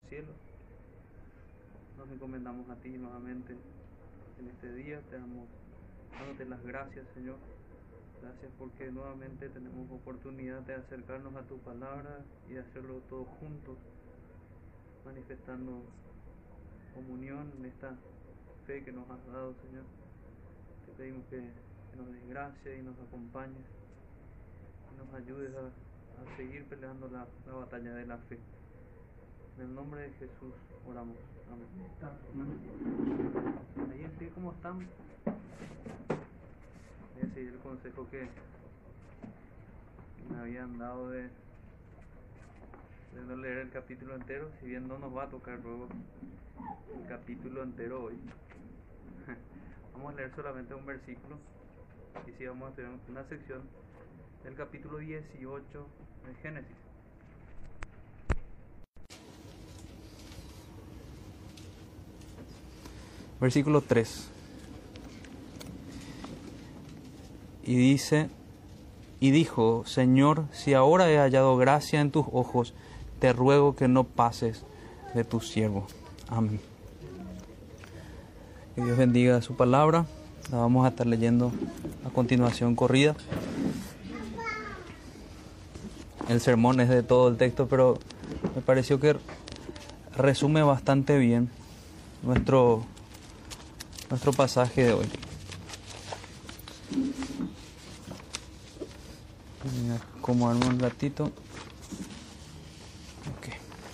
cielo. Nos encomendamos a ti nuevamente en este día, te damos dándote las gracias, Señor. Gracias porque nuevamente tenemos oportunidad de acercarnos a tu palabra y de hacerlo todos juntos, manifestando comunión en esta fe que nos has dado, Señor. Te pedimos que nos des gracia y nos acompañes y nos ayudes a seguir peleando la batalla de la fe. En el nombre de Jesús oramos. Amén. Ahí en ti, ¿cómo están? Voy a seguir el consejo que me habían dado de no leer el capítulo entero, si bien no nos va a tocar luego el capítulo entero hoy. Vamos a leer solamente un versículo y sí vamos a hacer una sección del capítulo 18 de Génesis. Versículo 3. Y dice, y dijo, Señor, si ahora he hallado gracia en tus ojos, te ruego que no pases de tu siervo. Amén. Que Dios bendiga su palabra. La vamos a estar leyendo a continuación corrida. El sermón es de todo el texto, pero me pareció que resume bastante bien nuestro pasaje de hoy. Voy a acomodarme un ratito. Okay.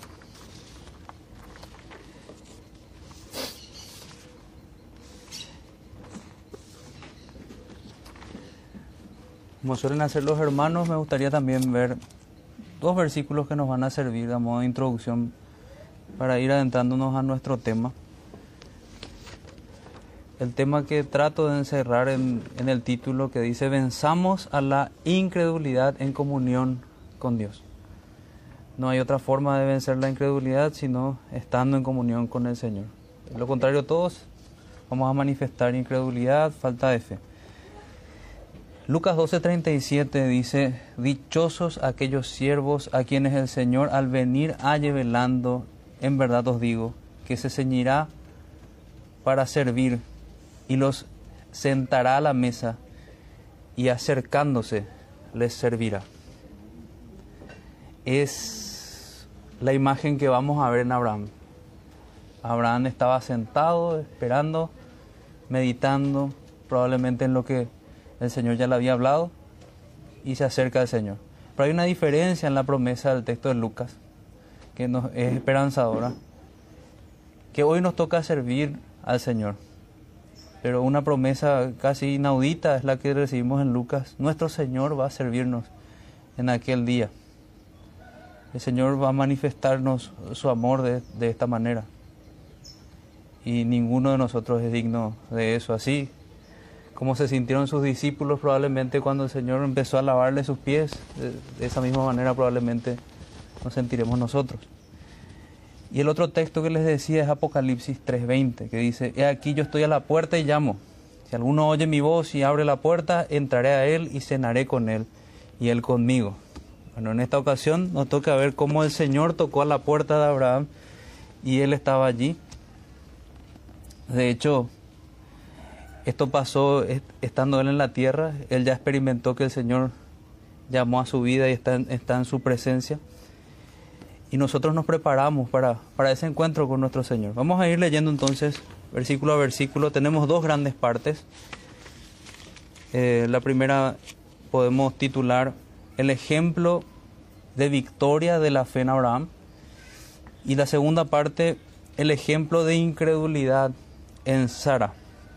Como suelen hacer los hermanos, me gustaría también ver dos versículos que nos van a servir a modo de introducción para ir adentrándonos a nuestro tema. El tema que trato de encerrar en el título que dice, venzamos a la incredulidad en comunión con Dios. No hay otra forma de vencer la incredulidad sino estando en comunión con el Señor. De lo contrario, todos vamos a manifestar incredulidad, falta de fe. Lucas 12:37 dice, dichosos aquellos siervos a quienes el Señor al venir halle velando, en verdad os digo, que se ceñirá para servir y los sentará a la mesa y acercándose les servirá. Es la imagen que vamos a ver en Abraham. Abraham estaba sentado, esperando, meditando, probablemente en lo que el Señor ya le había hablado, y se acerca al Señor. Pero hay una diferencia en la promesa del texto de Lucas, que nos es esperanzadora, que hoy nos toca servir al Señor. Pero una promesa casi inaudita es la que recibimos en Lucas. Nuestro Señor va a servirnos en aquel día. El Señor va a manifestarnos su amor de esta manera. Y ninguno de nosotros es digno de eso. Así como se sintieron sus discípulos probablemente cuando el Señor empezó a lavarle sus pies, de esa misma manera probablemente nos sentiremos nosotros. Y el otro texto que les decía es Apocalipsis 3:20, que dice, he aquí yo estoy a la puerta y llamo. Si alguno oye mi voz y abre la puerta, entraré a él y cenaré con él y él conmigo. Bueno, en esta ocasión nos toca ver cómo el Señor tocó a la puerta de Abraham y él estaba allí. De hecho, esto pasó estando él en la tierra. Él ya experimentó que el Señor llamó a su vida y está en su presencia. Y nosotros nos preparamos para ese encuentro con nuestro Señor. Vamos a ir leyendo entonces versículo a versículo. Tenemos dos grandes partes. La primera podemos titular el ejemplo de victoria de la fe en Abraham. Y la segunda parte, el ejemplo de incredulidad en Sara.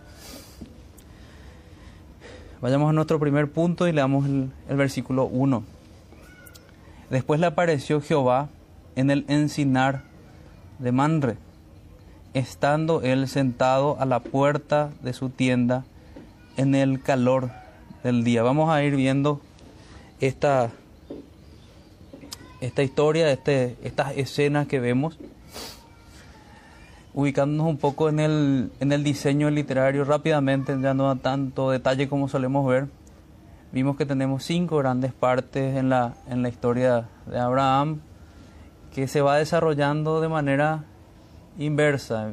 Vayamos a nuestro primer punto y leamos el versículo 1. Después le apareció Jehová en el encinar de Manre, estando él sentado a la puerta de su tienda en el calor del día. Vamos a ir viendo esta historia, estas escenas que vemos, ubicándonos un poco en el diseño literario rápidamente, ya no a tanto detalle como solemos ver. Vimos que tenemos 5 grandes partes en la historia de Abraham, que se va desarrollando de manera inversa,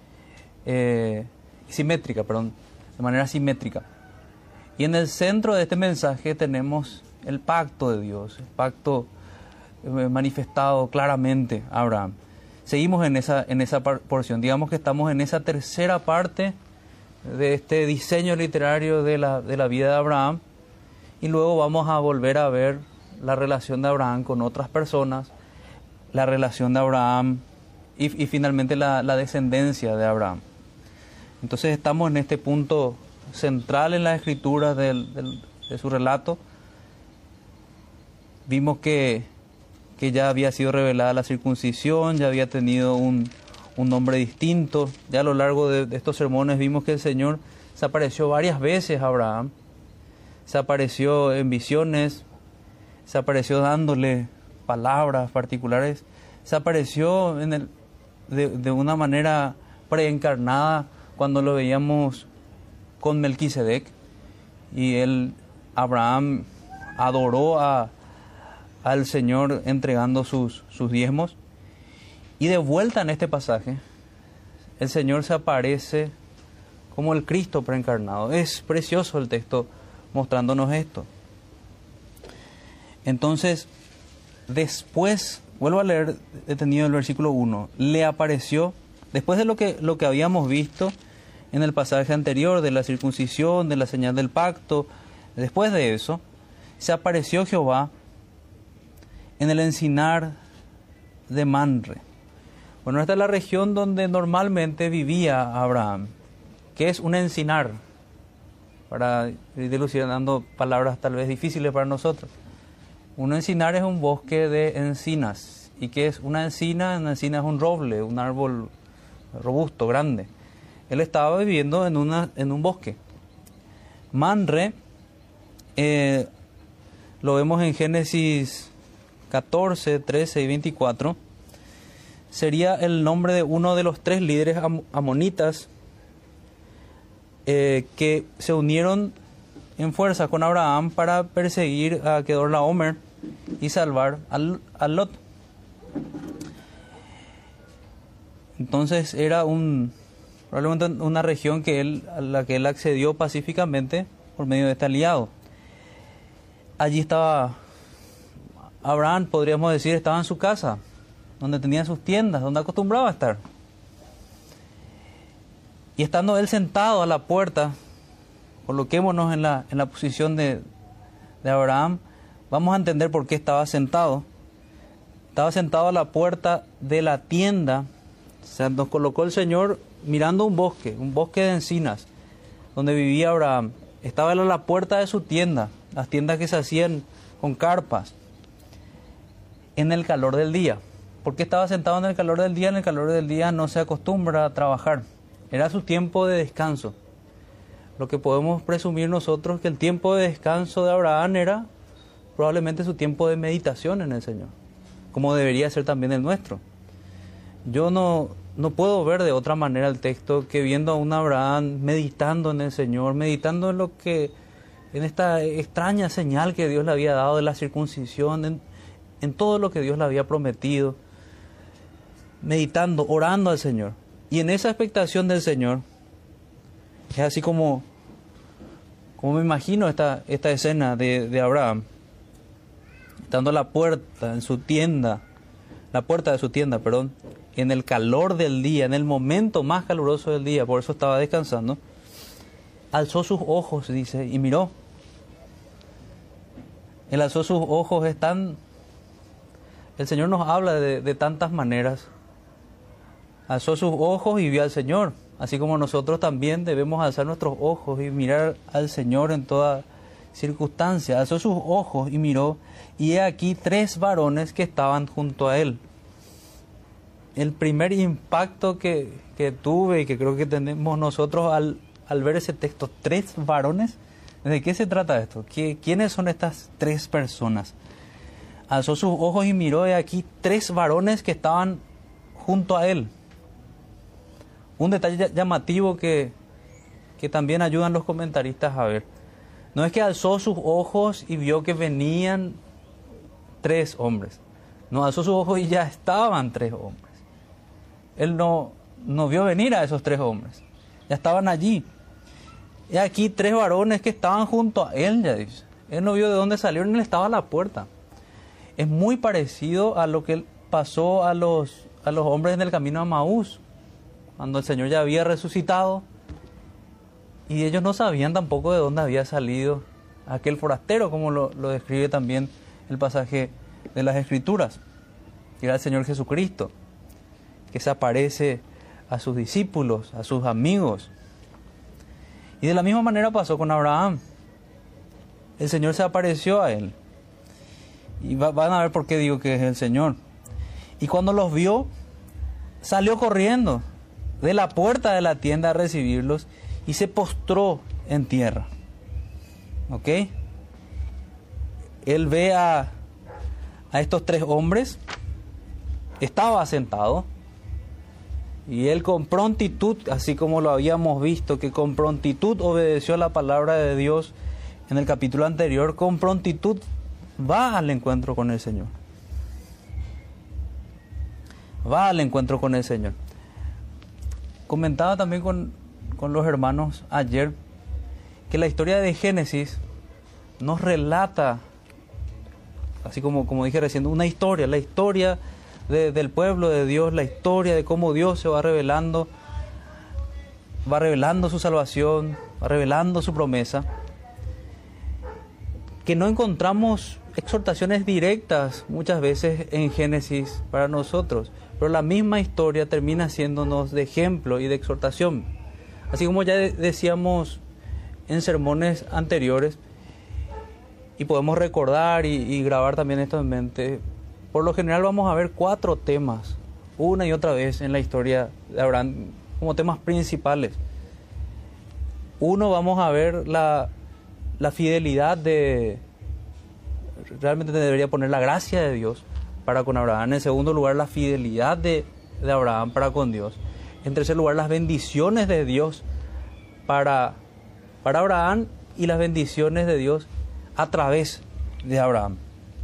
simétrica, perdón, de manera simétrica. Y en el centro de este mensaje tenemos el pacto de Dios, el pacto manifestado claramente a Abraham. Seguimos en esa porción, digamos que estamos en esa tercera parte de este diseño literario de la vida de Abraham, y luego vamos a volver a ver la relación de Abraham con otras personas, la relación de Abraham y finalmente la descendencia de Abraham. Entonces estamos en este punto central en la escritura de su relato. Vimos que ya había sido revelada la circuncisión, ya había tenido un nombre distinto. Ya a lo largo de estos sermones vimos que el Señor se apareció varias veces a Abraham, se apareció en visiones, se apareció dándole palabras particulares, se apareció de una manera preencarnada cuando lo veíamos con Melquisedec, y Abraham adoró al Señor entregando sus diezmos. Y de vuelta en este pasaje, el Señor se aparece como el Cristo preencarnado. Es precioso el texto mostrándonos esto. Entonces, después, vuelvo a leer detenido el versículo 1, le apareció, después de lo que habíamos visto en el pasaje anterior, de la circuncisión, de la señal del pacto, después de eso, se apareció Jehová en el encinar de Manre. Bueno, esta es la región donde normalmente vivía Abraham. ¿Qué es un encinar? Para ir dilucidando palabras tal vez difíciles para nosotros. Un encinar es un bosque de encinas. ¿Y qué es una encina? Una encina es un roble, un árbol robusto, grande. Él estaba viviendo en un bosque. Manre, lo vemos en Génesis 14, 13 y 24, sería el nombre de uno de los 3 líderes amonitas que se unieron en fuerza con Abraham para perseguir a Kedorlaomer y salvar a Lot. Entonces era probablemente una región a la que él accedió pacíficamente por medio de este aliado. Allí estaba Abraham, podríamos decir, estaba en su casa, donde tenía sus tiendas, donde acostumbraba a estar. Y estando él sentado a la puerta, coloquémonos en la posición de Abraham, vamos a entender por qué estaba sentado. Estaba sentado a la puerta de la tienda. O sea, nos colocó el Señor mirando un bosque de encinas, donde vivía Abraham. Estaba él a la puerta de su tienda, las tiendas que se hacían con carpas, en el calor del día. ¿Por qué estaba sentado en el calor del día? En el calor del día no se acostumbra a trabajar. Era su tiempo de descanso. Lo que podemos presumir nosotros que el tiempo de descanso de Abraham era probablemente su tiempo de meditación en el Señor, como debería ser también el nuestro. Yo no puedo ver de otra manera el texto que viendo a un Abraham meditando en el Señor, meditando en esta extraña señal que Dios le había dado de la circuncisión, en todo lo que Dios le había prometido, meditando, orando al Señor. Y en esa expectación del Señor, es así como me imagino esta escena de Abraham, estando a la puerta de su tienda, en el calor del día, en el momento más caluroso del día, por eso estaba descansando, alzó sus ojos, dice, y miró. Él alzó sus ojos, el Señor nos habla de tantas maneras. Alzó sus ojos y vio al Señor, así como nosotros también debemos alzar nuestros ojos y mirar al Señor en toda circunstancia. Alzó sus ojos y miró, y he aquí 3 varones que estaban junto a él. El primer impacto que tuve y que creo que tenemos nosotros al ver ese texto, 3 varones, ¿de qué se trata esto? ¿Quiénes son estas 3 personas? Alzó sus ojos y miró, y aquí 3 varones que estaban junto a él. Un detalle llamativo que también ayudan los comentaristas a ver. No es que alzó sus ojos y vio que venían 3 hombres. No alzó sus ojos y ya estaban 3 hombres. Él no vio venir a esos 3 hombres. Ya estaban allí. Y aquí 3 varones que estaban junto a él, ya dice. Él no vio de dónde salieron, él estaba a la puerta. Es muy parecido a lo que pasó a los hombres en el camino a Maús, cuando el Señor ya había resucitado y ellos no sabían tampoco de dónde había salido aquel forastero, como lo describe también el pasaje de las Escrituras, que era el Señor Jesucristo, que se aparece a sus discípulos, a sus amigos. Y de la misma manera pasó con Abraham. El Señor se apareció a él. Y van a ver por qué digo que es el Señor. Y cuando los vio, salió corriendo de la puerta de la tienda a recibirlos y se postró en tierra. ¿Ok? Él ve a estos 3 hombres, estaba sentado, y él con prontitud, así como lo habíamos visto, que con prontitud obedeció a la palabra de Dios en el capítulo anterior, con prontitud va al encuentro con el Señor. Va al encuentro con el Señor. Comentaba también con los hermanos ayer que la historia de Génesis nos relata, así como dije recién, una historia, la historia del pueblo de Dios, la historia de cómo Dios se va revelando su salvación, va revelando su promesa, que no encontramos exhortaciones directas muchas veces en Génesis para nosotros, pero la misma historia termina haciéndonos de ejemplo y de exhortación. Así como ya decíamos en sermones anteriores, y podemos recordar y grabar también esto en mente, por lo general vamos a ver 4 temas, una y otra vez en la historia de Abraham, como temas principales. Uno, vamos a ver la fidelidad realmente debería poner la gracia de Dios para con Abraham. En segundo lugar, la fidelidad de Abraham para con Dios. En tercer lugar, las bendiciones de Dios para Abraham y las bendiciones de Dios a través de Abraham.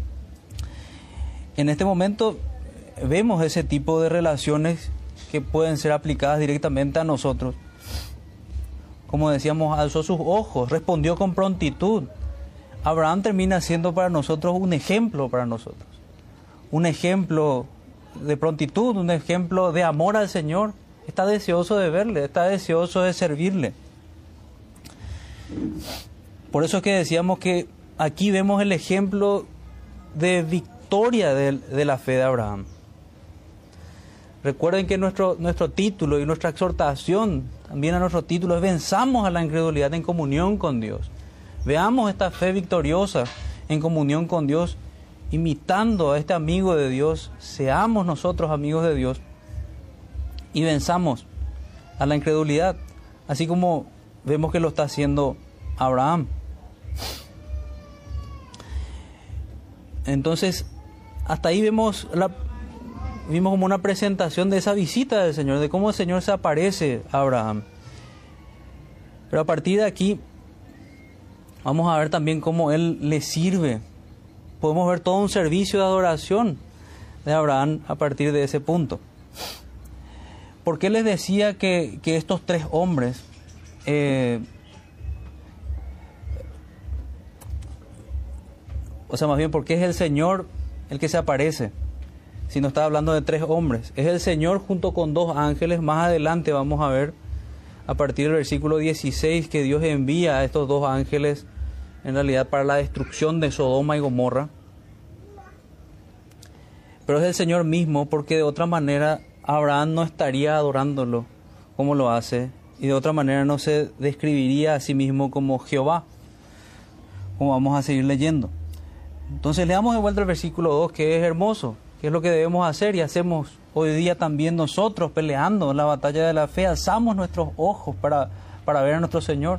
En este momento vemos ese tipo de relaciones que pueden ser aplicadas directamente a nosotros. Como decíamos, alzó sus ojos, respondió con prontitud. Abraham termina siendo para nosotros un ejemplo para nosotros. Un ejemplo de prontitud, un ejemplo de amor al Señor. Está deseoso de verle, está deseoso de servirle. Por eso es que decíamos que aquí vemos el ejemplo de victoria de la fe de Abraham. Recuerden que nuestro título y nuestra exhortación, también a nuestro título, es venzamos a la incredulidad en comunión con Dios. Veamos esta fe victoriosa en comunión con Dios, imitando a este amigo de Dios. Seamos nosotros amigos de Dios y venzamos a la incredulidad, así como vemos que lo está haciendo Abraham. Entonces, hasta ahí vimos como una presentación de esa visita del Señor, de cómo el Señor se aparece a Abraham. Pero a partir de aquí, vamos a ver también cómo Él le sirve. Podemos ver todo un servicio de adoración de Abraham a partir de ese punto. ¿Por qué les decía que estos 3 hombres más bien, porque es el Señor el que se aparece? Si no está hablando de 3 hombres, es el Señor junto con 2 ángeles. Más adelante vamos a ver, a partir del versículo 16, que Dios envía a estos 2 ángeles, en realidad para la destrucción de Sodoma y Gomorra. Pero es el Señor mismo, porque de otra manera Abraham no estaría adorándolo como lo hace, y de otra manera no se describiría a sí mismo como Jehová, como vamos a seguir leyendo. Entonces le damos de vuelta el versículo 2, que es hermoso, que es lo que debemos hacer y hacemos hoy día también nosotros, peleando en la batalla de la fe. Alzamos nuestros ojos para ver a nuestro Señor.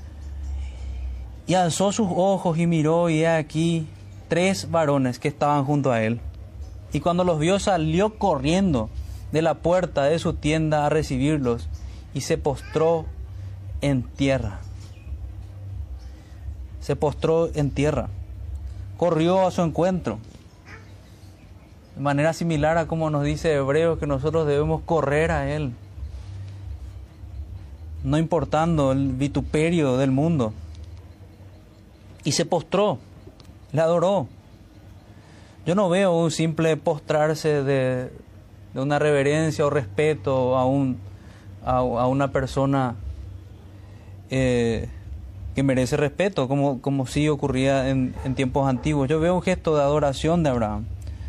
Y alzó sus ojos y miró, y he aquí 3 varones que estaban junto a él. Y cuando los vio, salió corriendo de la puerta de su tienda a recibirlos, y se postró en tierra. Se postró en tierra. Corrió a su encuentro. De manera similar a como nos dice Hebreos que nosotros debemos correr a Él, no importando el vituperio del mundo. Y se postró, le adoró. Yo no veo un simple postrarse de una reverencia o respeto a una persona que merece respeto, como sí ocurría en tiempos antiguos. Yo veo un gesto de adoración de Abraham.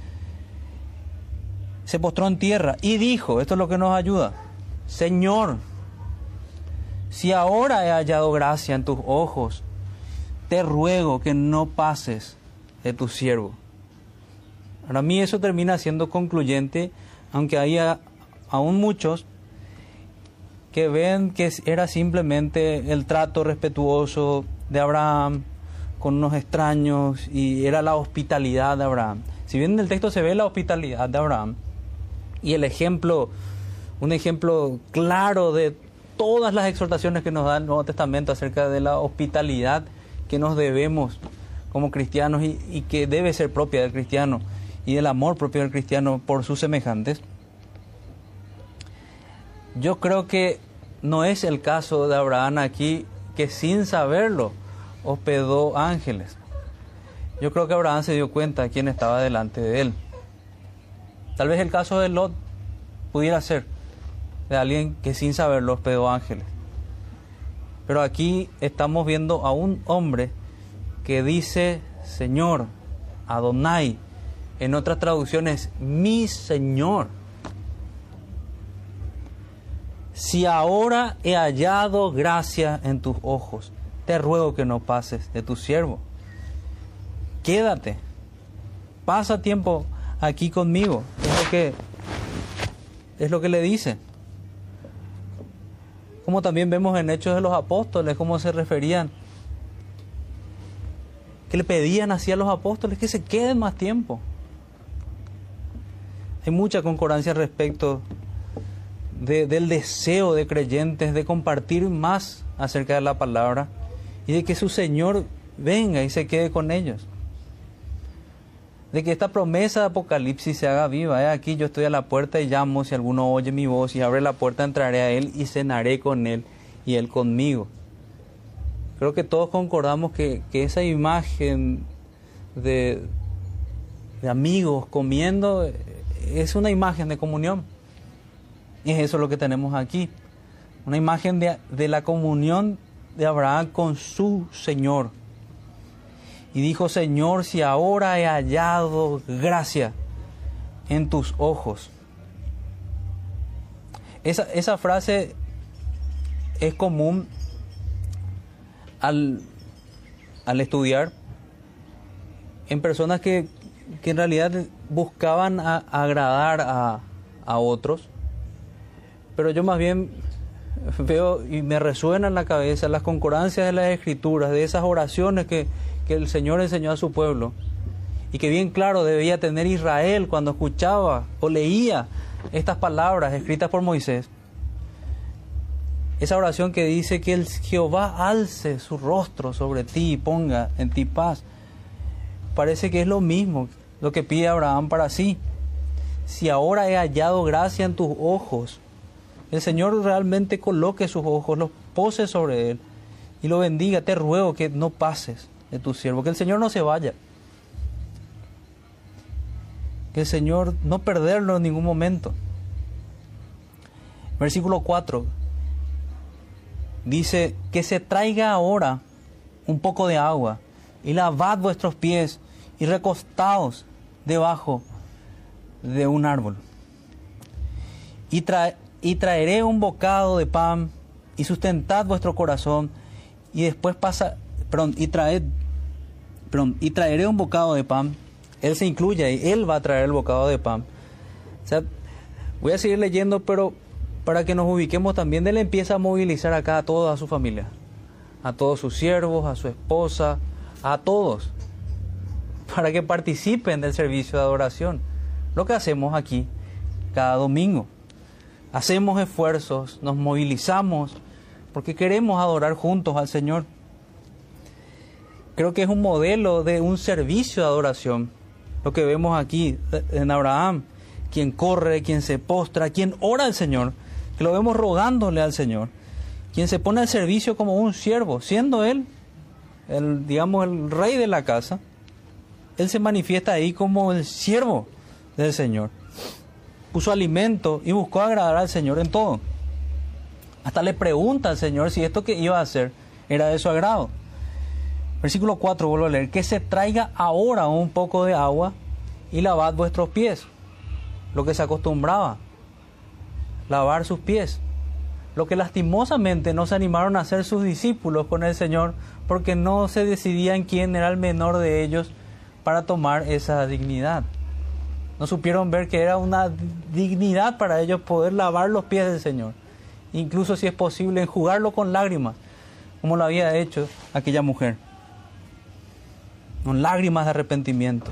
Se postró en tierra y dijo, esto es lo que nos ayuda: Señor, si ahora he hallado gracia en tus ojos, te ruego que no pases de tu siervo. Para mí eso termina siendo concluyente, aunque haya aún muchos que ven que era simplemente el trato respetuoso de Abraham con unos extraños y era la hospitalidad de Abraham. Si bien en el texto se ve la hospitalidad de Abraham y un ejemplo claro de todas las exhortaciones que nos da el Nuevo Testamento acerca de la hospitalidad que nos debemos como cristianos y que debe ser propia del cristiano y del amor propio del cristiano por sus semejantes, yo creo que no es el caso de Abraham aquí, que sin saberlo hospedó ángeles. Yo creo que Abraham se dio cuenta de quién estaba delante de él. Tal vez el caso de Lot pudiera ser de alguien que sin saberlo hospedó ángeles. Pero aquí estamos viendo a un hombre que dice Señor, Adonai, en otras traducciones, mi Señor. Si ahora he hallado gracia en tus ojos, te ruego que no pases de tu siervo. Quédate, pasa tiempo aquí conmigo. Es lo que le dice. Como también vemos en Hechos de los Apóstoles, cómo se referían, que le pedían así a los apóstoles que se queden más tiempo. Hay mucha concordancia respecto del deseo de creyentes de compartir más acerca de la palabra y de que su Señor venga y se quede con ellos. De que esta promesa de Apocalipsis se haga viva. Aquí yo estoy a la puerta y llamo, si alguno oye mi voz y abre la puerta, entraré a él y cenaré con él y él conmigo. Creo que todos concordamos que esa imagen de amigos comiendo es una imagen de comunión. Y es eso lo que tenemos aquí. Una imagen de la comunión de Abraham con su Señor. Y dijo, Señor, si ahora he hallado gracia en tus ojos. Esa frase es común al estudiar en personas que en realidad buscaban agradar a otros. Pero yo más bien veo y me resuena en la cabeza las concordancias de las Escrituras, de esas oraciones que el Señor enseñó a su pueblo y que bien claro debía tener Israel cuando escuchaba o leía estas palabras escritas por Moisés. Esa oración que dice que el Jehová alce su rostro sobre ti y ponga en ti paz. Parece que es lo mismo lo que pide Abraham para sí. Si ahora he hallado gracia en tus ojos, el Señor realmente coloque sus ojos, los pose sobre él y lo bendiga. Te ruego que no pases de tu siervo, que el Señor no se vaya, que el Señor no perderlo en ningún momento. Versículo 4 dice que se traiga ahora un poco de agua y lavad vuestros pies y recostaos debajo de un árbol y traeré un bocado de pan y sustentad vuestro corazón y después y traeré un bocado de pan. Él se incluye ahí, él va a traer el bocado de pan. O sea, voy a seguir leyendo, pero para que nos ubiquemos también, él empieza a movilizar acá a toda su familia, a todos sus siervos, a su esposa, a todos, para que participen del servicio de adoración. Lo que hacemos aquí cada domingo. Hacemos esfuerzos, nos movilizamos, porque queremos adorar juntos al Señor. Creo que es un modelo de un servicio de adoración lo que vemos aquí en Abraham, quien corre, quien se postra, quien ora al Señor, que lo vemos rogándole al Señor, quien se pone al servicio como un siervo, siendo él, digamos, el rey de la casa. Él se manifiesta ahí como el siervo del Señor. Puso alimento y buscó agradar al Señor en todo. Hasta le pregunta al Señor si esto que iba a hacer era de su agrado. Versículo 4, vuelvo a leer: que se traiga ahora un poco de agua y lavad vuestros pies. Lo que se acostumbraba, lavar sus pies. Lo que lastimosamente no se animaron a hacer sus discípulos con el Señor, porque no se decidían quién era el menor de ellos para tomar esa dignidad. No supieron ver que era una dignidad para ellos poder lavar los pies del Señor, incluso si es posible enjugarlo con lágrimas, como lo había hecho aquella mujer, con lágrimas de arrepentimiento.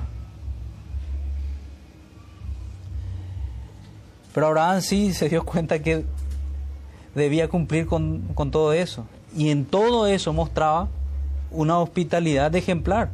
Pero Abraham sí se dio cuenta que debía cumplir con todo eso, y en todo eso mostraba una hospitalidad ejemplar.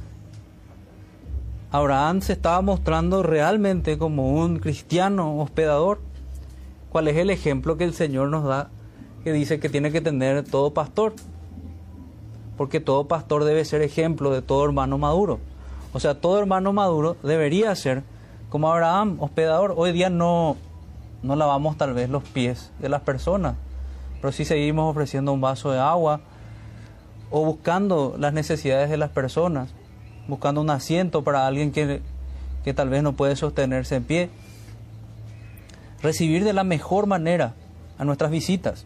Abraham se estaba mostrando realmente como un cristiano hospedador. ¿Cuál es el ejemplo que el Señor nos da, que dice que tiene que tener todo pastor? Porque todo pastor debe ser ejemplo de todo hermano maduro. O sea, todo hermano maduro debería ser como Abraham, hospedador. Hoy día no lavamos tal vez los pies de las personas, pero sí seguimos ofreciendo un vaso de agua o buscando las necesidades de las personas, buscando un asiento para alguien que tal vez no puede sostenerse en pie. Recibir de la mejor manera a nuestras visitas.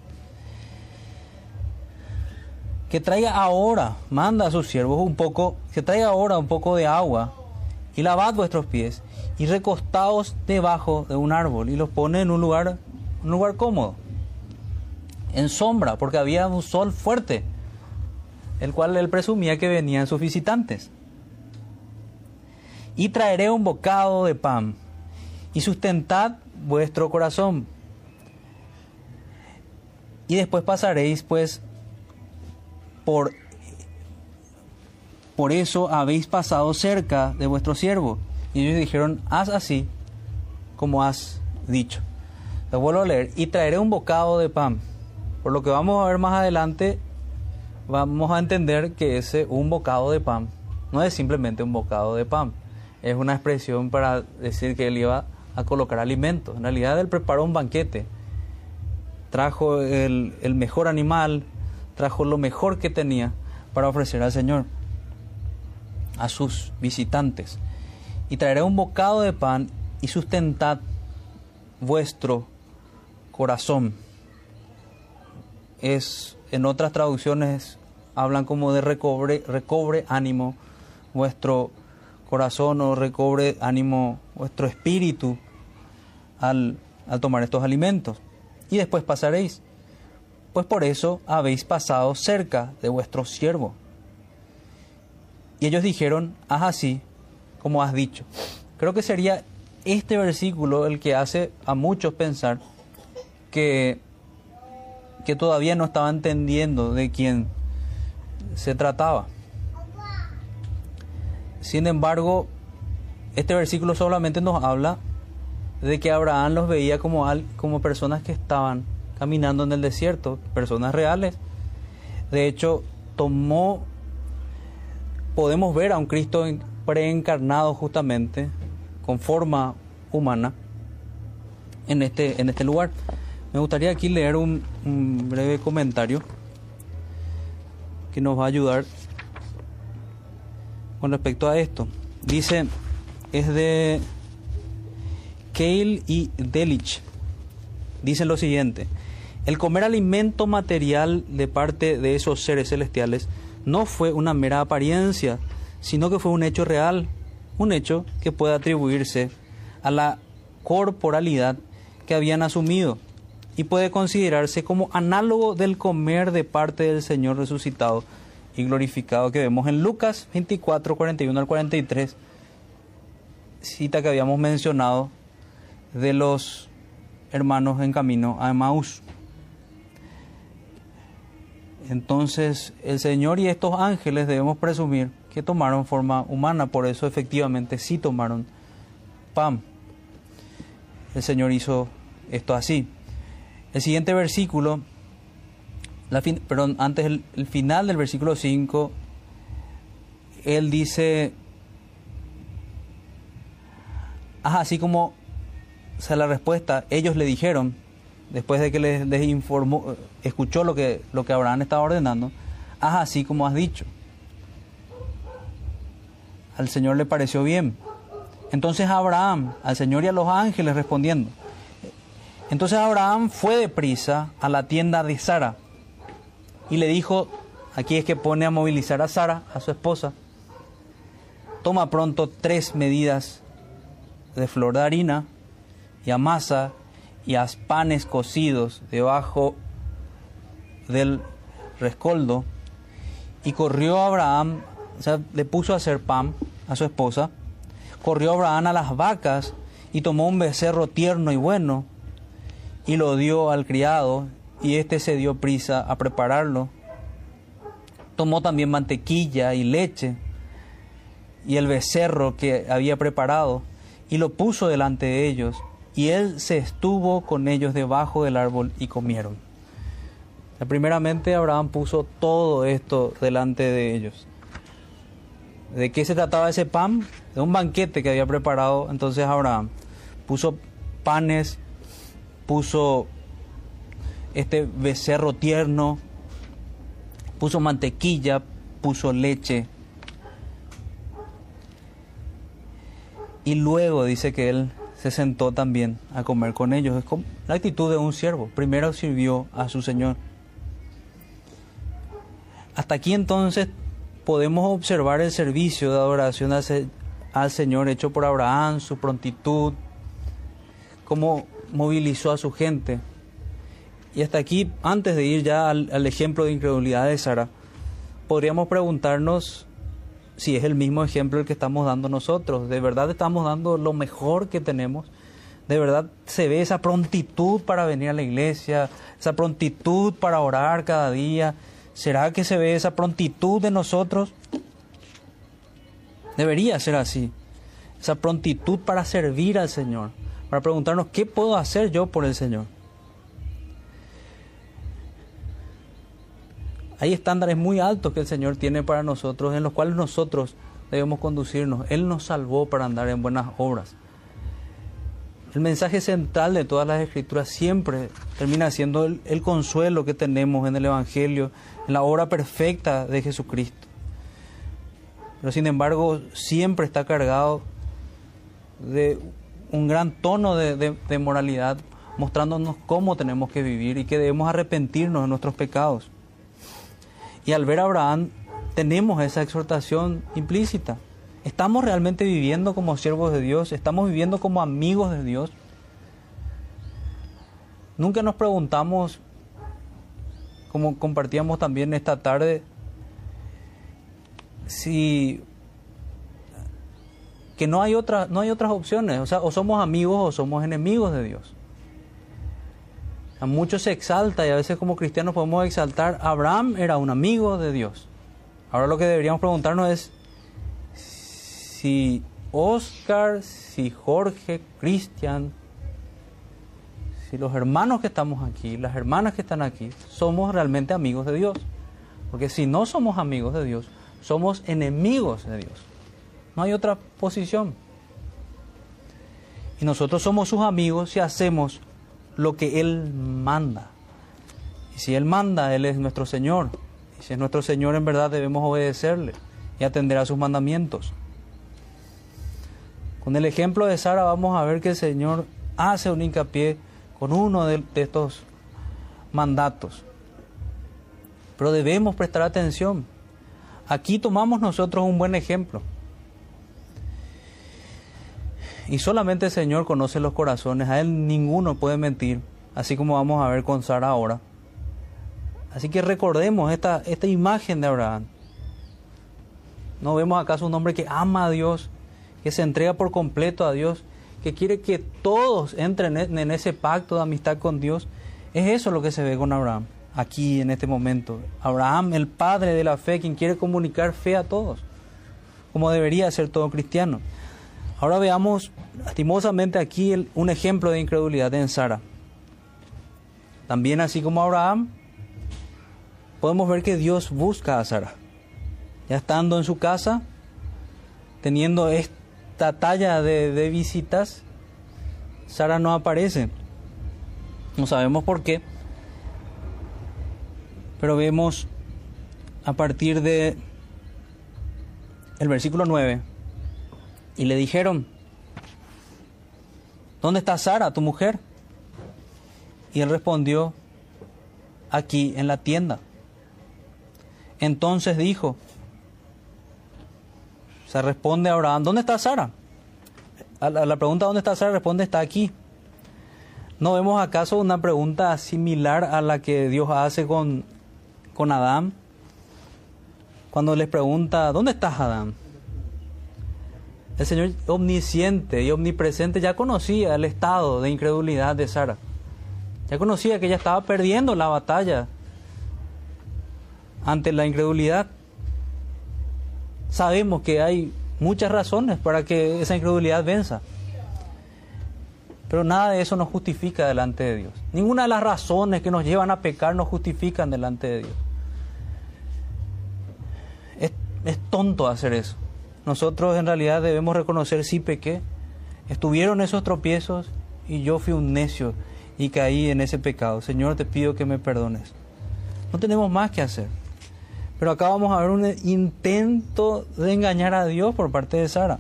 Que traiga ahora, manda a sus siervos que traiga ahora un poco de agua y lavad vuestros pies y recostaos debajo de un árbol, y los pone en un lugar cómodo, en sombra, porque había un sol fuerte, el cual él presumía que venían sus visitantes. Y traeré un bocado de pan, y sustentad vuestro corazón. Y después pasaréis, pues, por eso habéis pasado cerca de vuestro siervo. Y ellos dijeron: haz así como has dicho. Lo vuelvo a leer: y traeré un bocado de pan. Por lo que vamos a ver más adelante, vamos a entender que ese un bocado de pan no es simplemente un bocado de pan. Es una expresión para decir que él iba a colocar alimentos. En realidad él preparó un banquete. Trajo el mejor animal, trajo lo mejor que tenía para ofrecer al Señor, a sus visitantes. Y traeré un bocado de pan y sustentad vuestro corazón. En otras traducciones hablan como de recobre ánimo vuestro corazón, o recobre ánimo vuestro espíritu al tomar estos alimentos. Y después pasaréis, pues por eso habéis pasado cerca de vuestro siervo. Y ellos dijeron: haz así como has dicho. Creo que sería este versículo el que hace a muchos pensar que todavía no estaban entendiendo de quién se trataba. Sin embargo, este versículo solamente nos habla de que Abraham los veía como personas que estaban caminando en el desierto, personas reales. De hecho, podemos ver a un Cristo preencarnado justamente, con forma humana, en este lugar. Me gustaría aquí leer un breve comentario que nos va a ayudar con respecto a esto. Dice, es de Keil y Delitzsch. Dicen lo siguiente: el comer alimento material de parte de esos seres celestiales no fue una mera apariencia, sino que fue un hecho real, un hecho que puede atribuirse a la corporalidad que habían asumido y puede considerarse como análogo del comer de parte del Señor resucitado y glorificado que vemos en Lucas 24, 41 al 43, cita que habíamos mencionado de los hermanos en camino a Emaús. Entonces, el Señor y estos ángeles debemos presumir que tomaron forma humana, por eso efectivamente sí tomaron pan. El Señor hizo esto así. El siguiente versículo, antes el final del versículo 5, Él dice, así como, o sea, la respuesta, ellos le dijeron, después de que les informó, escuchó lo que Abraham estaba ordenando, haz así como has dicho. Al Señor le pareció bien. Entonces Abraham, al Señor y a los ángeles respondiendo. Entonces Abraham fue deprisa a la tienda de Sara y le dijo, aquí es que pone a movilizar a Sara, a su esposa, toma pronto 3 medidas de flor de harina y amasa y haz panes cocidos debajo del rescoldo. Y corrió Abraham, o sea, le puso a hacer pan a su esposa. Corrió Abraham a las vacas y tomó un becerro tierno y bueno y lo dio al criado, y éste se dio prisa a prepararlo. Tomó también mantequilla y leche y el becerro que había preparado y lo puso delante de ellos, y él se estuvo con ellos debajo del árbol y comieron. Primeramente Abraham puso todo esto delante de ellos. ¿De qué se trataba ese pan? De un banquete que había preparado entonces Abraham. Puso panes, puso este becerro tierno, puso mantequilla, puso leche. Y luego dice que él se sentó también a comer con ellos. Es como la actitud de un siervo. Primero sirvió a su Señor. Hasta aquí entonces podemos observar el servicio de adoración al Señor hecho por Abraham, su prontitud, cómo movilizó a su gente. Y hasta aquí, antes de ir ya al ejemplo de incredulidad de Sara, podríamos preguntarnos si es el mismo ejemplo el que estamos dando nosotros. ¿De verdad estamos dando lo mejor que tenemos? ¿De verdad se ve esa prontitud para venir a la iglesia? ¿Esa prontitud para orar cada día? ¿Será que se ve esa prontitud de nosotros? Debería ser así. Esa prontitud para servir al Señor. Para preguntarnos, ¿qué puedo hacer yo por el Señor? Hay estándares muy altos que el Señor tiene para nosotros, en los cuales nosotros debemos conducirnos. Él nos salvó para andar en buenas obras. El mensaje central de todas las Escrituras siempre termina siendo el consuelo que tenemos en el Evangelio, en la obra perfecta de Jesucristo. Pero sin embargo, siempre está cargado de un gran tono de moralidad, mostrándonos cómo tenemos que vivir y que debemos arrepentirnos de nuestros pecados. Y al ver a Abraham, tenemos esa exhortación implícita. ¿Estamos realmente viviendo como siervos de Dios? ¿Estamos viviendo como amigos de Dios? Nunca nos preguntamos, como compartíamos también esta tarde, si que no hay otras opciones. O sea, o somos amigos o somos enemigos de Dios. A muchos se exalta y a veces como cristianos podemos exaltar. Abraham era un amigo de Dios. Ahora lo que deberíamos preguntarnos es si Oscar, si Jorge, Cristian, si los hermanos que estamos aquí, las hermanas que están aquí, somos realmente amigos de Dios. Porque si no somos amigos de Dios, somos enemigos de Dios. No hay otra posición. Y nosotros somos sus amigos si hacemos lo que Él manda. Y si Él manda, Él es nuestro Señor. Y si es nuestro Señor, en verdad debemos obedecerle y atender a sus mandamientos. Con el ejemplo de Sara vamos a ver que el Señor hace un hincapié con uno de estos mandatos. Pero debemos prestar atención. Aquí tomamos nosotros un buen ejemplo. Y solamente el Señor conoce los corazones. A Él ninguno puede mentir. Así como vamos a ver con Sara ahora. Así que recordemos esta imagen de Abraham. ¿No vemos acaso un hombre que ama a Dios? Que se entrega por completo a Dios. Que quiere que todos entren en ese pacto de amistad con Dios. Es eso lo que se ve con Abraham. Aquí en este momento. Abraham, el padre de la fe, quien quiere comunicar fe a todos. como debería ser todo cristiano. Ahora veamos lastimosamente aquí un ejemplo de incredulidad en Sara. También así como Abraham, podemos ver que Dios busca a Sara. Ya estando en su casa, teniendo esta talla de visitas, Sara no aparece. No sabemos por qué, pero vemos a partir de el versículo 9. Y le dijeron: ¿dónde está Sara, tu mujer? Y él respondió: aquí en la tienda. Entonces dijo, se responde a Abraham: ¿dónde está Sara? A la pregunta ¿dónde está Sara? Responde: está aquí. ¿No vemos acaso una pregunta similar a la que Dios hace con Adán? Cuando les pregunta: ¿dónde estás, Adán? El Señor omnisciente y omnipresente ya conocía el estado de incredulidad de Sara. Ya conocía que ella estaba perdiendo la batalla ante la incredulidad. Sabemos que hay muchas razones para que esa incredulidad venza. Pero nada de eso nos justifica delante de Dios. Ninguna de las razones que nos llevan a pecar nos justifican delante de Dios. Es tonto hacer eso. Nosotros en realidad debemos reconocer: sí pequé, estuvieron esos tropiezos y yo fui un necio y caí en ese pecado. Señor, te pido que me perdones. No tenemos más que hacer. Pero acá vamos a ver un intento de engañar a Dios por parte de Sara.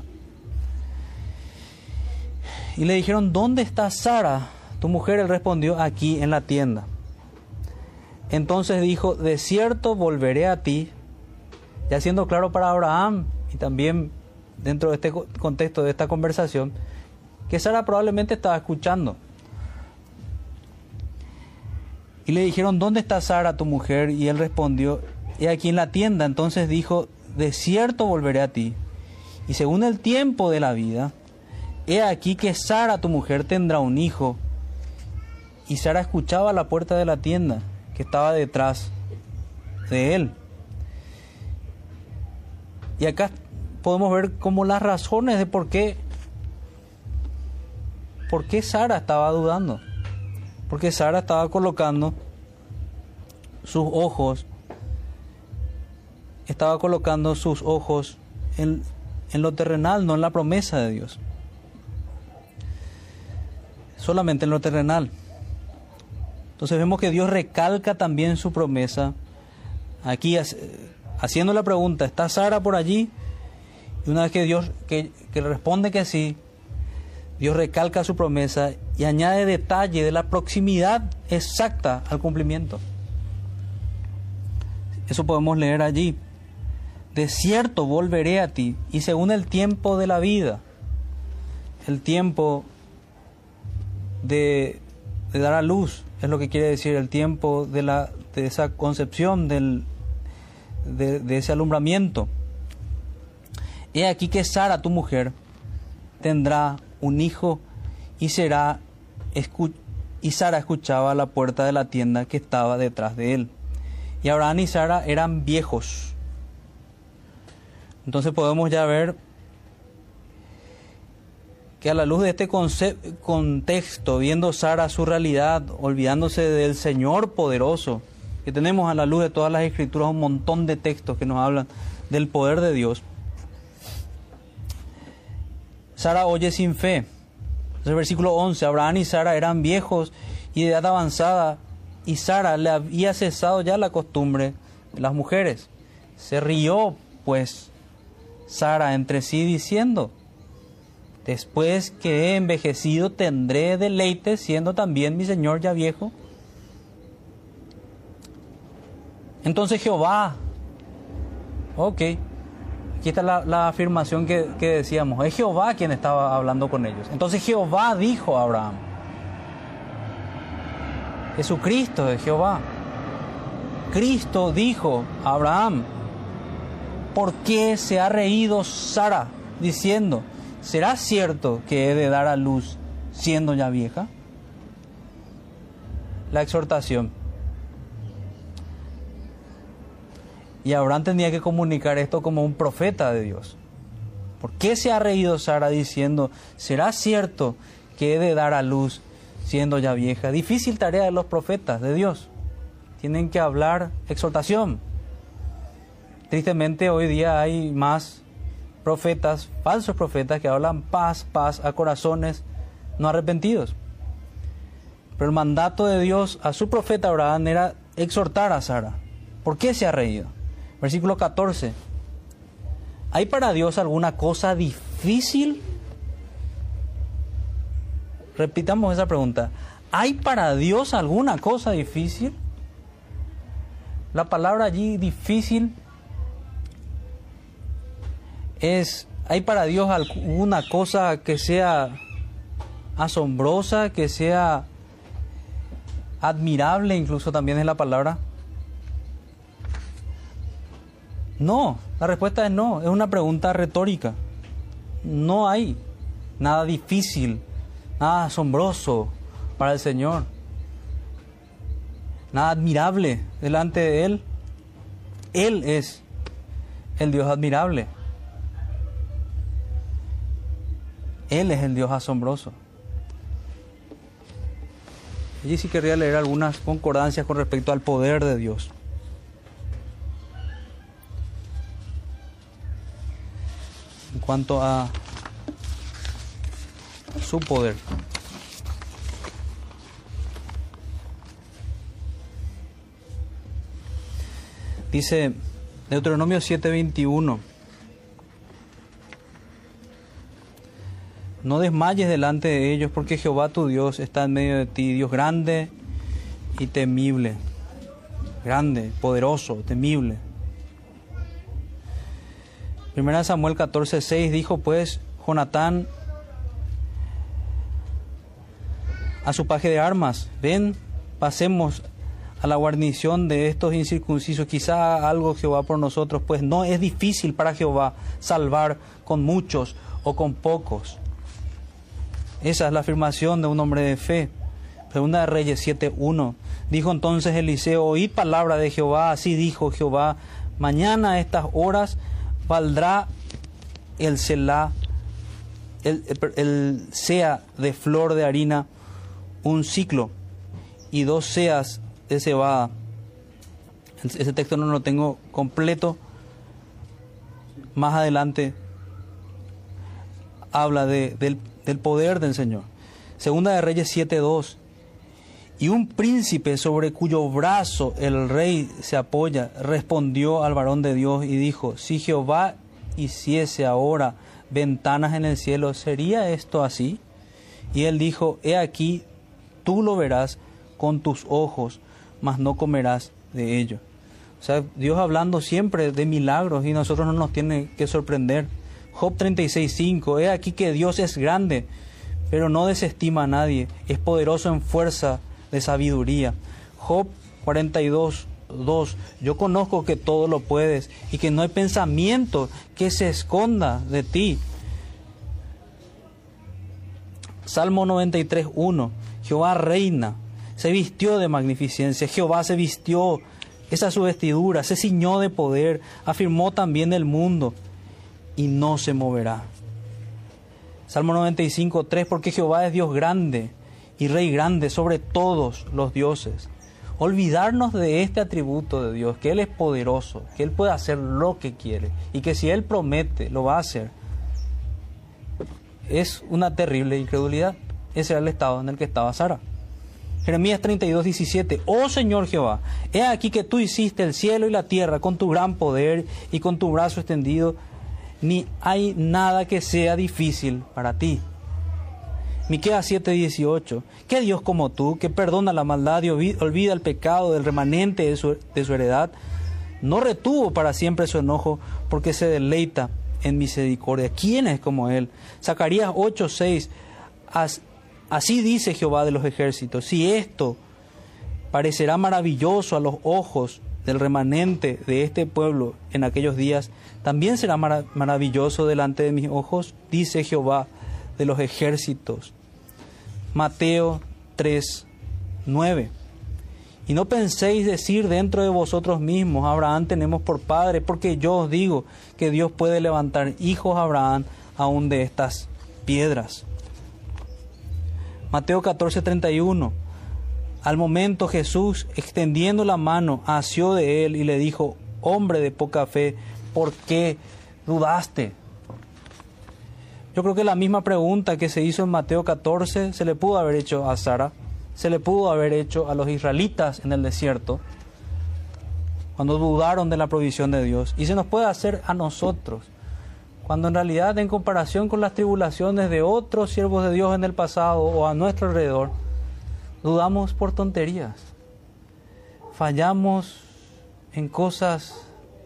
Y le dijeron: ¿dónde está Sara, tu mujer? Él respondió: aquí en la tienda. Entonces dijo: de cierto volveré a ti. Ya siendo claro para Abraham y también dentro de este contexto de esta conversación, que Sara probablemente estaba escuchando. Y le dijeron: ¿dónde está Sara, tu mujer? Y él respondió: he aquí en la tienda. Entonces dijo: de cierto volveré a ti. Y según el tiempo de la vida, he aquí que Sara, tu mujer, tendrá un hijo. Y Sara escuchaba a la puerta de la tienda que estaba detrás de él. Y acá podemos ver como las razones de por qué Sara estaba dudando. Porque Sara estaba colocando sus ojos en lo terrenal, no en la promesa de Dios. Solamente en lo terrenal. Entonces vemos que Dios recalca también su promesa. Aquí haciendo la pregunta: ¿está Sara por allí? Y una vez que Dios que responde que sí, Dios recalca su promesa y añade detalle de la proximidad exacta al cumplimiento. Eso podemos leer allí. De cierto volveré a ti, y según el tiempo de la vida, el tiempo de dar a luz, es lo que quiere decir, el tiempo de esa concepción, de ese alumbramiento. He aquí que Sara, tu mujer, tendrá un hijo, y Sara escuchaba a la puerta de la tienda que estaba detrás de él. Y Abraham y Sara eran viejos. Entonces podemos ya ver que a la luz de este contexto, viendo Sara su realidad, olvidándose del Señor poderoso, que tenemos a la luz de todas las Escrituras un montón de textos que nos hablan del poder de Dios, Sara oye sin fe. Entonces el versículo 11, Abraham y Sara eran viejos y de edad avanzada, y Sara le había cesado ya la costumbre de las mujeres. Se rió pues Sara entre sí diciendo: después que he envejecido tendré deleite, siendo también mi señor ya viejo. Entonces Jehová, aquí está la afirmación que decíamos, es Jehová quien estaba hablando con ellos. Entonces Jehová dijo a Abraham, Jesucristo es Jehová. Cristo dijo a Abraham: ¿por qué se ha reído Sara diciendo: ¿será cierto que he de dar a luz siendo ya vieja? La exhortación. Y Abraham tenía que comunicar esto como un profeta de Dios. ¿Por qué se ha reído Sara diciendo, será cierto que he de dar a luz siendo ya vieja? Difícil tarea de los profetas de Dios. Tienen que hablar exhortación. Tristemente hoy día hay más profetas, falsos profetas, que hablan paz, paz a corazones no arrepentidos. Pero el mandato de Dios a su profeta Abraham era exhortar a Sara. ¿Por qué se ha reído? Versículo 14. ¿Hay para Dios alguna cosa difícil? Repitamos esa pregunta. ¿Hay para Dios alguna cosa difícil? La palabra allí difícil es, ¿hay para Dios alguna cosa que sea asombrosa, que sea admirable, incluso también es la palabra? No, la respuesta es no, es una pregunta retórica. No hay nada difícil, nada asombroso para el Señor, nada admirable delante de Él. Él es el Dios admirable. Él es el Dios asombroso. Allí sí querría leer algunas concordancias con respecto al poder de Dios. En cuanto a su poder. Dice Deuteronomio 7:21. No desmayes delante de ellos, porque Jehová tu Dios está en medio de ti, Dios grande y temible. Grande, poderoso, temible. 1 Samuel 14:6 dijo pues Jonatán a su paje de armas, ven, pasemos a la guarnición de estos incircuncisos, quizá haga algo Jehová por nosotros, pues no es difícil para Jehová salvar con muchos o con pocos. Esa es la afirmación de un hombre de fe. Segunda de Reyes 7:1. Dijo entonces Eliseo, oíd palabra de Jehová, así dijo Jehová, mañana a estas horas valdrá el seah de flor de harina un ciclo y 2 seas de cebada. Ese texto no lo tengo completo. Más adelante habla del poder del Señor. Segunda de Reyes 7:2. Y un príncipe sobre cuyo brazo el rey se apoya, respondió al varón de Dios y dijo, si Jehová hiciese ahora ventanas en el cielo, ¿sería esto así? Y él dijo, he aquí, tú lo verás con tus ojos, mas no comerás de ello. O sea, Dios hablando siempre de milagros y nosotros no nos tiene que sorprender. Job 36:5, he aquí que Dios es grande, pero no desestima a nadie, es poderoso en fuerza de sabiduría. Job 42:2, yo conozco que todo lo puedes y que no hay pensamiento que se esconda de ti. Salmo 93:1, Jehová reina, se vistió de magnificencia, Jehová se vistió, esa es su vestidura, se ciñó de poder, afirmó también el mundo y no se moverá. Salmo 95:3, porque Jehová es Dios grande y Rey grande sobre todos los dioses. Olvidarnos de este atributo de Dios, que Él es poderoso, que Él puede hacer lo que quiere y que si Él promete, lo va a hacer, es una terrible incredulidad. Ese era el estado en el que estaba Sara. Jeremías 32:17, oh Señor Jehová, he aquí que tú hiciste el cielo y la tierra con tu gran poder y con tu brazo extendido, ni hay nada que sea difícil para ti. Miqueas 7:18, ¿qué Dios como tú, que perdona la maldad y olvida el pecado del remanente de su heredad? No retuvo para siempre su enojo, porque se deleita en misericordia. ¿Quién es como Él? Zacarías 8:6, así dice Jehová de los ejércitos, si esto parecerá maravilloso a los ojos del remanente de este pueblo en aquellos días, también será maravilloso delante de mis ojos, dice Jehová de los ejércitos. Mateo 3:9. Y no penséis decir dentro de vosotros mismos, Abraham tenemos por padre, porque yo os digo que Dios puede levantar hijos a Abraham aún de estas piedras. Mateo 14:31. Al momento Jesús, extendiendo la mano, asió de él y le dijo: hombre de poca fe, ¿por qué dudaste? Yo creo que la misma pregunta que se hizo en Mateo 14 se le pudo haber hecho a Sara, se le pudo haber hecho a los israelitas en el desierto, cuando dudaron de la provisión de Dios. Y se nos puede hacer a nosotros, cuando en realidad, en comparación con las tribulaciones de otros siervos de Dios en el pasado o a nuestro alrededor, dudamos por tonterías. Fallamos en cosas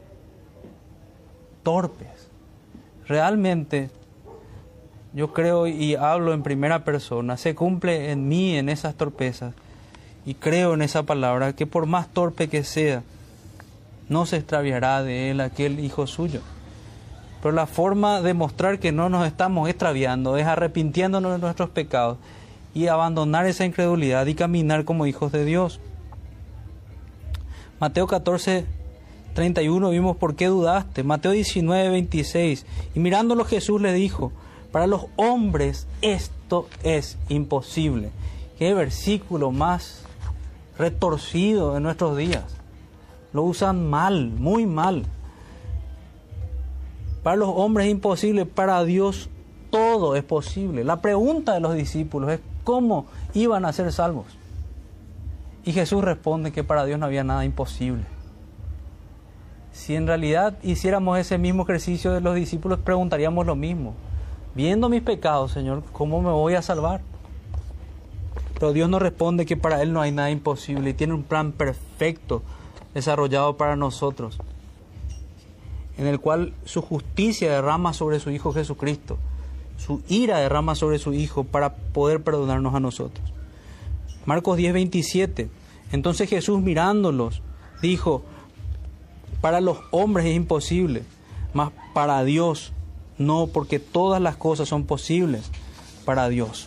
torpes. Realmente, yo creo y hablo en primera persona, se cumple en mí en esas torpezas. Y creo en esa palabra, que por más torpe que sea, no se extraviará de él aquel hijo suyo. Pero la forma de mostrar que no nos estamos extraviando es arrepintiéndonos de nuestros pecados y abandonar esa incredulidad y caminar como hijos de Dios. Mateo 14:31 vimos por qué dudaste. Mateo 19:26. Y mirándolo Jesús le dijo: para los hombres esto es imposible. Qué versículo más retorcido en nuestros días. Lo usan mal, muy mal. Para los hombres es imposible, para Dios todo es posible. La pregunta de los discípulos es: ¿cómo iban a ser salvos? Y Jesús responde que para Dios no había nada imposible. Si en realidad hiciéramos ese mismo ejercicio de los discípulos, preguntaríamos lo mismo. Viendo mis pecados, Señor, ¿cómo me voy a salvar? Pero Dios nos responde que para Él no hay nada imposible y tiene un plan perfecto desarrollado para nosotros, en el cual su justicia derrama sobre su Hijo Jesucristo, su ira derrama sobre su Hijo para poder perdonarnos a nosotros. Marcos 10:27. Entonces Jesús, mirándolos, dijo: para los hombres es imposible, mas para Dios no, porque todas las cosas son posibles para Dios.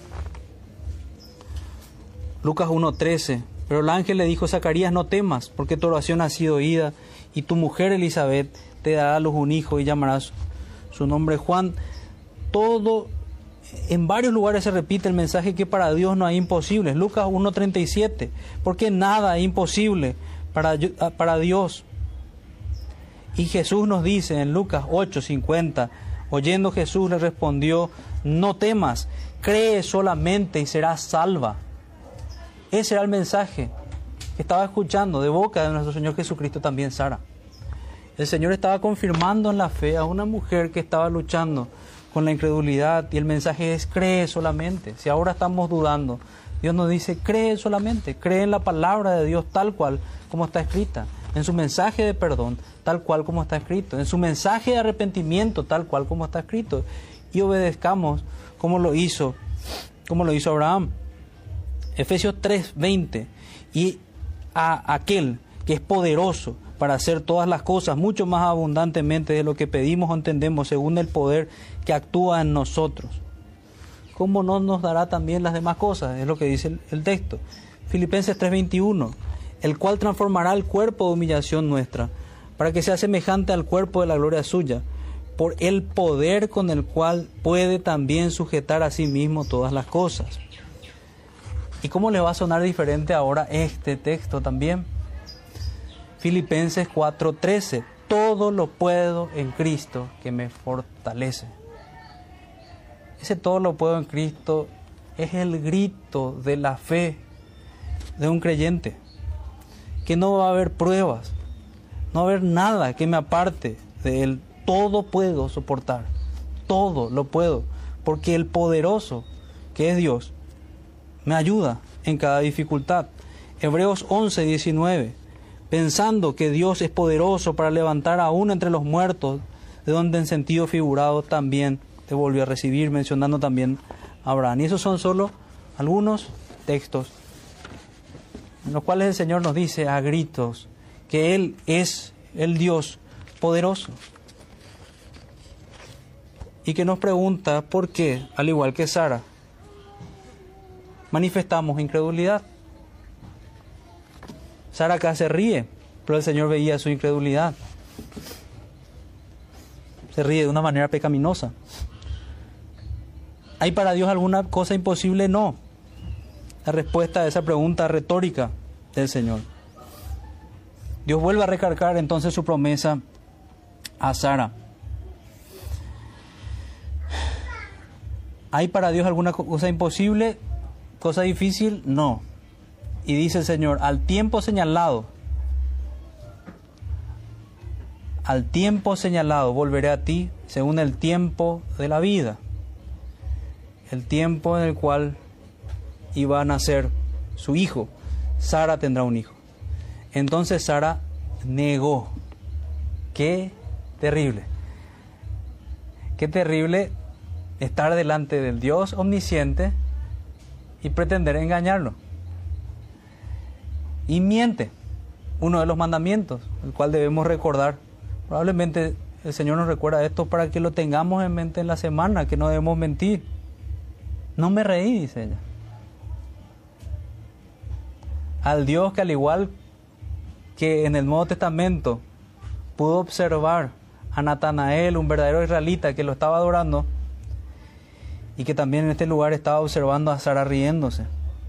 Lucas 1:13. Pero el ángel le dijo: Zacarías, no temas, porque tu oración ha sido oída, y tu mujer Elizabeth te dará a luz un hijo y llamarás su nombre Juan. En varios lugares se repite el mensaje que para Dios no hay imposibles. Lucas 1:37, porque nada es imposible para Dios. Y Jesús nos dice en Lucas 8:50, oyendo Jesús le respondió: no temas, cree solamente y serás salva. Ese era el mensaje que estaba escuchando de boca de nuestro Señor Jesucristo también Sara. El Señor estaba confirmando en la fe a una mujer que estaba luchando con la incredulidad, y el mensaje es: cree solamente. Si ahora estamos dudando, Dios nos dice: cree solamente, cree en la palabra de Dios tal cual como está escrita, en su mensaje de perdón tal cual como está escrito, en su mensaje de arrepentimiento tal cual como está escrito, y obedezcamos como lo hizo Abraham. Efesios 3:20, y a aquel que es poderoso para hacer todas las cosas mucho más abundantemente de lo que pedimos o entendemos, según el poder que actúa en nosotros. ¿Cómo no nos dará también las demás cosas? Es lo que dice el texto. Filipenses 3:21, el cual transformará el cuerpo de humillación nuestra, para que sea semejante al cuerpo de la gloria suya, por el poder con el cual puede también sujetar a sí mismo todas las cosas. ¿Y cómo le va a sonar diferente ahora este texto también? Filipenses 4:13, todo lo puedo en Cristo que me fortalece. Ese todo lo puedo en Cristo es el grito de la fe de un creyente, que no va a haber pruebas, no va a haber nada que me aparte de Él. Todo puedo soportar, todo lo puedo, porque el poderoso, que es Dios, me ayuda en cada dificultad. Hebreos 11:19, pensando que Dios es poderoso para levantar aún entre los muertos, de donde en sentido figurado también te volvió a recibir, mencionando también a Abraham. Y esos son solo algunos textos en los cuales el Señor nos dice a gritos que Él es el Dios poderoso, y que nos pregunta por qué, al igual que Sara, manifestamos incredulidad. Sara acá se ríe, pero el Señor veía su incredulidad. Se ríe de una manera pecaminosa. ¿Hay para Dios alguna cosa imposible? No. La respuesta a esa pregunta retórica del Señor. Dios vuelve a recalcar entonces su promesa a Sara. ¿Hay para Dios alguna cosa imposible? ¿Cosa difícil? No. Y dice el Señor, al tiempo señalado volveré a ti según el tiempo de la vida. El tiempo en el cual iba a nacer su hijo. Sara tendrá un hijo. Entonces Sara negó. Qué terrible. Qué terrible estar delante del Dios omnisciente y pretender engañarlo. Y miente. Uno de los mandamientos, el cual debemos recordar. Probablemente el Señor nos recuerda esto para que lo tengamos en mente en la semana, que no debemos mentir. No me reí, dice ella. Al Dios que al igual que en el Nuevo Testamento pudo observar a Natanael, un verdadero israelita que lo estaba adorando, y que también en este lugar estaba observando a Sara riéndose.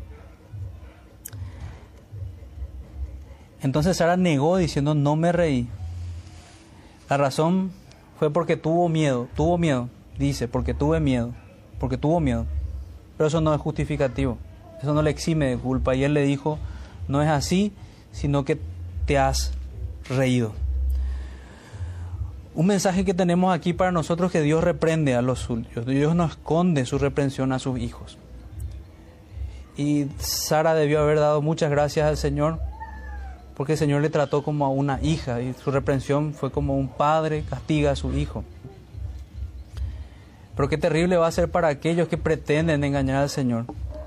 Entonces Sara negó diciendo, no me reí. La razón fue porque tuvo miedo, dice, porque tuvo miedo. Pero eso no es justificativo, eso no le exime de culpa. Y él le dijo, no es así, sino que te has reído. Un mensaje que tenemos aquí para nosotros, que Dios reprende a los suyos. Dios no esconde su reprensión a sus hijos. Y Sara debió haber dado muchas gracias al Señor, porque el Señor le trató como a una hija, y su reprensión fue como un padre castiga a su hijo. Pero qué terrible va a ser para aquellos que pretenden engañar al Señor,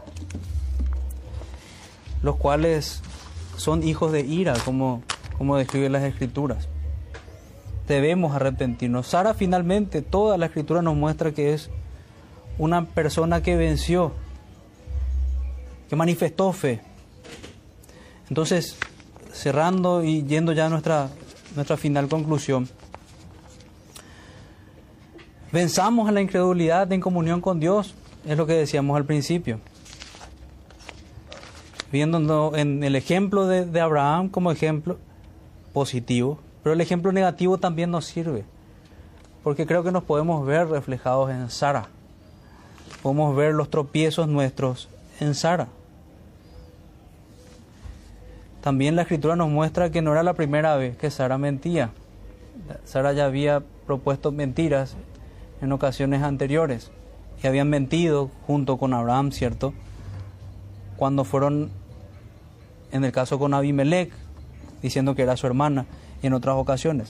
los cuales son hijos de ira, como describen las Escrituras. Debemos arrepentirnos. Sara finalmente, toda la Escritura nos muestra que es una persona que venció, que manifestó fe. Entonces, cerrando y yendo ya a nuestra final conclusión, venzamos a la incredulidad en comunión con Dios, es lo que decíamos al principio. Viendo en el ejemplo de Abraham como ejemplo positivo, pero el ejemplo negativo también nos sirve, porque creo que nos podemos ver reflejados en Sara. Podemos ver los tropiezos nuestros en Sara. También la Escritura nos muestra que no era la primera vez que Sara mentía. Sara ya había propuesto mentiras en ocasiones anteriores y habían mentido junto con Abraham, ¿cierto? Cuando fueron, en el caso con Abimelech, diciendo que era su hermana, y en otras ocasiones.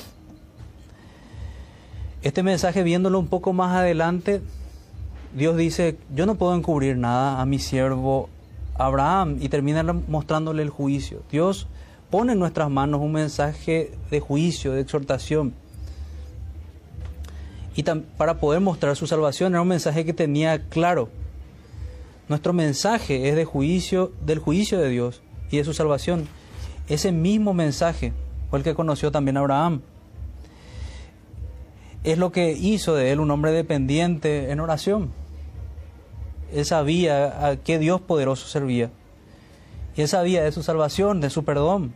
Este mensaje, viéndolo un poco más adelante, Dios dice, yo no puedo encubrir nada a mi siervo Abraham, y termina mostrándole el juicio. Dios pone en nuestras manos un mensaje de juicio, de exhortación, y para poder mostrar su salvación. Era un mensaje que tenía claro. Nuestro mensaje es de juicio, del juicio de Dios y de su salvación. Ese mismo mensaje fue el que conoció también Abraham. Es lo que hizo de él un hombre dependiente en oración. Él sabía a qué Dios poderoso servía. Y él sabía de su salvación, de su perdón.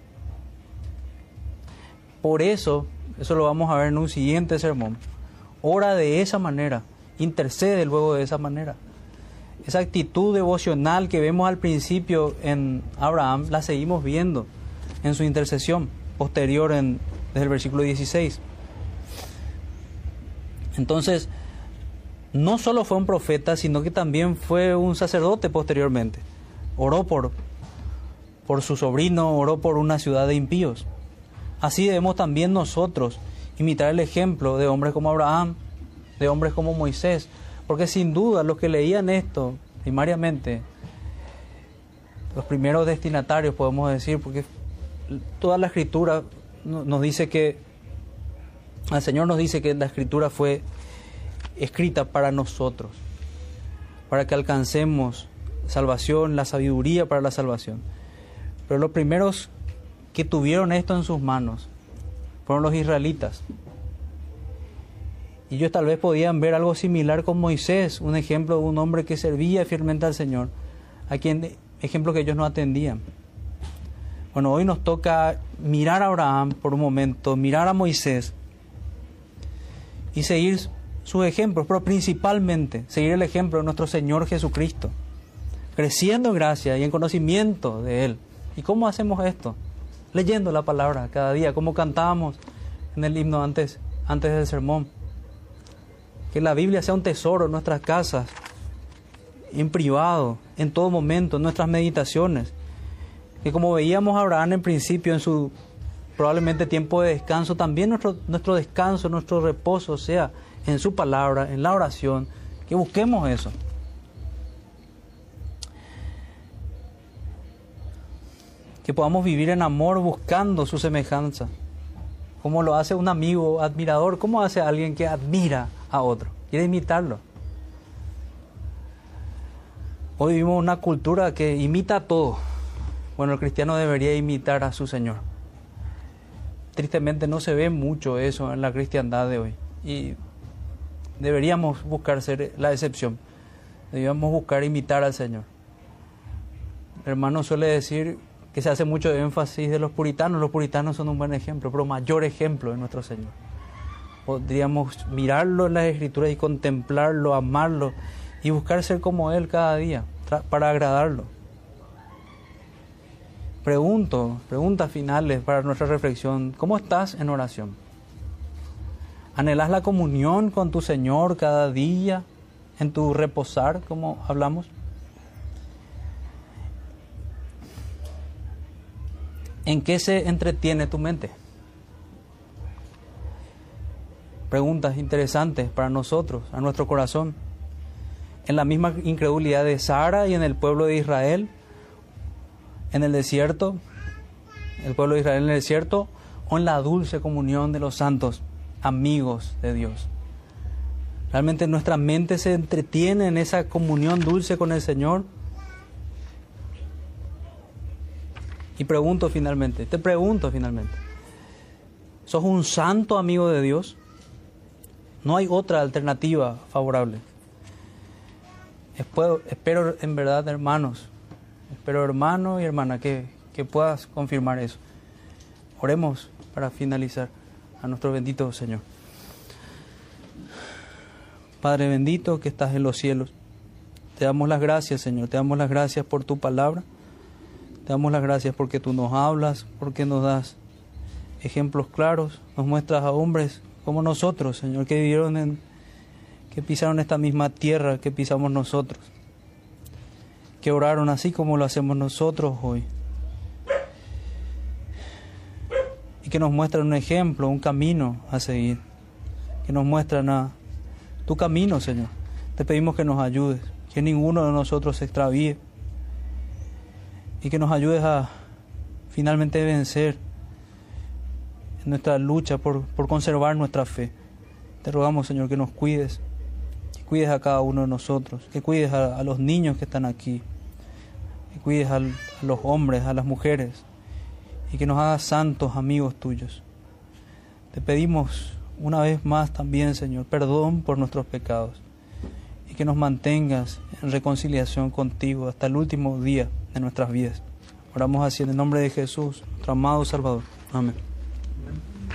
Por eso lo vamos a ver en un siguiente sermón. Ora de esa manera, intercede luego de esa manera. Esa actitud devocional que vemos al principio en Abraham, la seguimos viendo en su intercesión posterior desde el versículo 16. Entonces, no solo fue un profeta, sino que también fue un sacerdote posteriormente. Oró por su sobrino, oró por una ciudad de impíos. Así debemos también nosotros imitar el ejemplo de hombres como Abraham, de hombres como Moisés, porque sin duda los que leían esto primariamente, los primeros destinatarios podemos decir, porque toda la Escritura nos dice que el Señor nos dice que la Escritura fue escrita para nosotros, para que alcancemos salvación, la sabiduría para la salvación. Pero los primeros que tuvieron esto en sus manos fueron los israelitas. Y ellos tal vez podían ver algo similar con Moisés, un ejemplo de un hombre que servía fielmente al Señor, a quien ejemplo que ellos no atendían. Bueno, hoy nos toca mirar a Abraham por un momento, mirar a Moisés y seguir sus ejemplos, pero principalmente seguir el ejemplo de nuestro Señor Jesucristo, creciendo en gracia y en conocimiento de Él. ¿Y cómo hacemos esto? Leyendo la palabra cada día, como cantábamos en el himno antes del sermón. Que la Biblia sea un tesoro en nuestras casas, en privado, en todo momento, en nuestras meditaciones. Que como veíamos a Abraham en principio, en su probablemente tiempo de descanso, también nuestro descanso, nuestro reposo sea en su palabra, en la oración, que busquemos eso. Que podamos vivir en amor buscando su semejanza, como lo hace un amigo admirador, como hace alguien que admira a otro, quiere imitarlo. Hoy vivimos una cultura que imita todo. Bueno, el cristiano debería imitar a su Señor. Tristemente no se ve mucho eso en la cristiandad de hoy. Y deberíamos buscar ser la excepción. Deberíamos buscar imitar al Señor. El hermano suele decir que se hace mucho énfasis de los puritanos. Los puritanos son un buen ejemplo, pero mayor ejemplo de nuestro Señor. Podríamos mirarlo en las Escrituras y contemplarlo, amarlo y buscar ser como Él cada día para agradarlo. Preguntas finales para nuestra reflexión. ¿Cómo estás en oración? ¿Anhelas la comunión con tu Señor cada día en tu reposar, como hablamos? ¿En qué se entretiene tu mente? Preguntas interesantes para nosotros, a nuestro corazón. En la misma incredulidad de Sara y en el pueblo de Israel, en el desierto, el pueblo de Israel en el desierto, o en la dulce comunión de los santos, amigos de Dios. ¿Realmente nuestra mente se entretiene en esa comunión dulce con el Señor? Y te pregunto finalmente, ¿sos un santo amigo de Dios? No hay otra alternativa favorable. Espero en verdad, hermano y hermana, que puedas confirmar eso. Oremos para finalizar a nuestro bendito Señor. Padre bendito que estás en los cielos, te damos las gracias, Señor, te damos las gracias por tu palabra, te damos las gracias porque tú nos hablas, porque nos das ejemplos claros, nos muestras a hombres como nosotros, Señor, que pisaron esta misma tierra que pisamos nosotros, que oraron así como lo hacemos nosotros hoy, y que nos muestran un ejemplo, un camino a seguir, que nos muestran a tu camino, Señor. Te pedimos que nos ayudes, que ninguno de nosotros se extravíe, y que nos ayudes a finalmente vencer en nuestra lucha por conservar nuestra fe. Te rogamos, Señor, que nos cuides, que cuides a cada uno de nosotros, que cuides a los niños que están aquí, que cuides a los hombres, a las mujeres, y que nos hagas santos amigos tuyos. Te pedimos una vez más también, Señor, perdón por nuestros pecados, y que nos mantengas en reconciliación contigo hasta el último día de nuestras vidas. Oramos así en el nombre de Jesús, nuestro amado Salvador. Amén.